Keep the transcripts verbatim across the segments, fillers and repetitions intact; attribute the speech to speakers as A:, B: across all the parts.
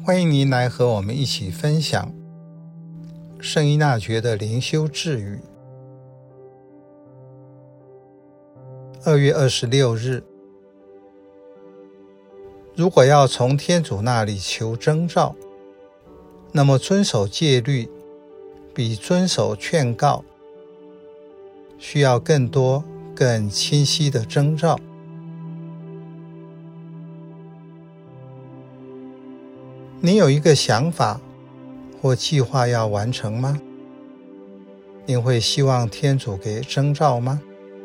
A: 欢迎您来和我们一起分享圣依纳爵的灵修智语。二月二十六日，如果要从天主那里求征兆，那么遵守戒律比遵守劝告需要更多、更清晰的征兆。你有一个想法或计划要完成吗？您会希望天主给征兆吗？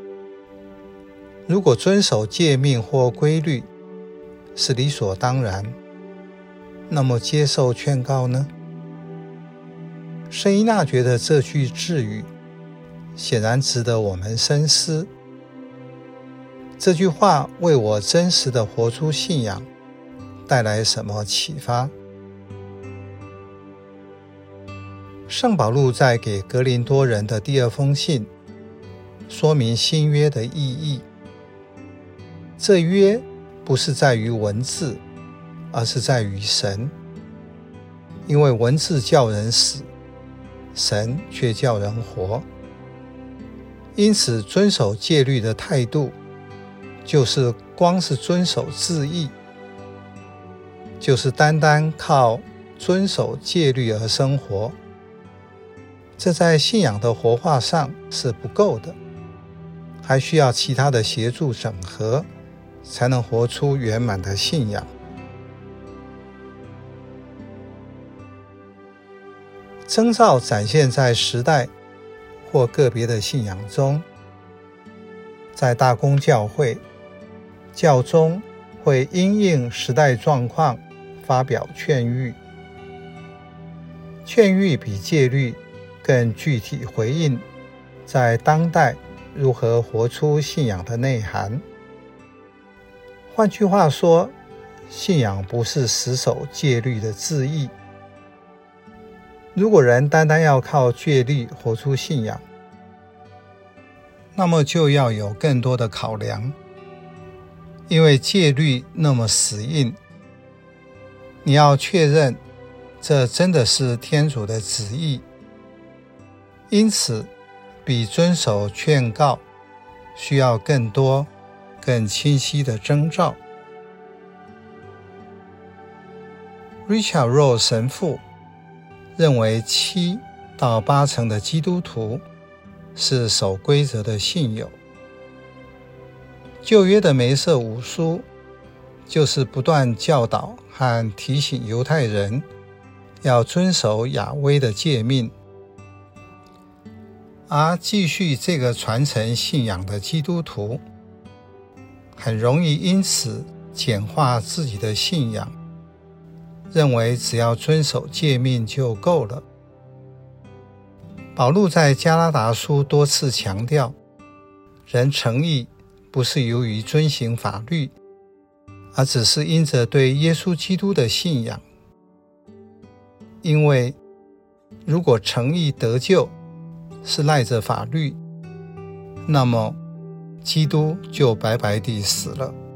A: 如果遵守诫命或规律是理所当然，那么接受劝告呢？圣依纳爵的这句智语显然值得我们深思。这句话为我真实的活出信仰带来什么启发？圣保禄在给格林多人的第二封信说明新约的意义。这约不是在于文字，而是在于神。因为文字叫人死，神却叫人活。因此遵守戒律的态度就是光是遵守字义，就是单单靠遵守戒律而生活。这在信仰的活化上是不够的，还需要其他的协助整合，才能活出圆满的信仰。征兆展现在时代或个别的信仰中，在大公教会，教宗会因应时代状况发表劝谕，劝谕比戒律更具体回应在当代如何活出信仰的内涵。换句话说，信仰不是死守戒律的字义。如果人单单要靠戒律活出信仰，那么就要有更多的考量，因为戒律那么死硬，你要确认这真的是天主的旨意。因此比遵守劝告需要更多、更清晰的征兆。 Richard Rohr 神父认为七到八成的基督徒是守规则的信友。旧约的梅瑟五书就是不断教导和提醒犹太人要遵守雅威的诫命，而继续这个传承信仰的基督徒很容易因此简化自己的信仰，认为只要遵守诫命就够了。保禄在加拉达书多次强调，人诚意不是由于遵行法律，而只是因着对耶稣基督的信仰。因为如果诚意得救是赖着法律，那么基督就白白地死了。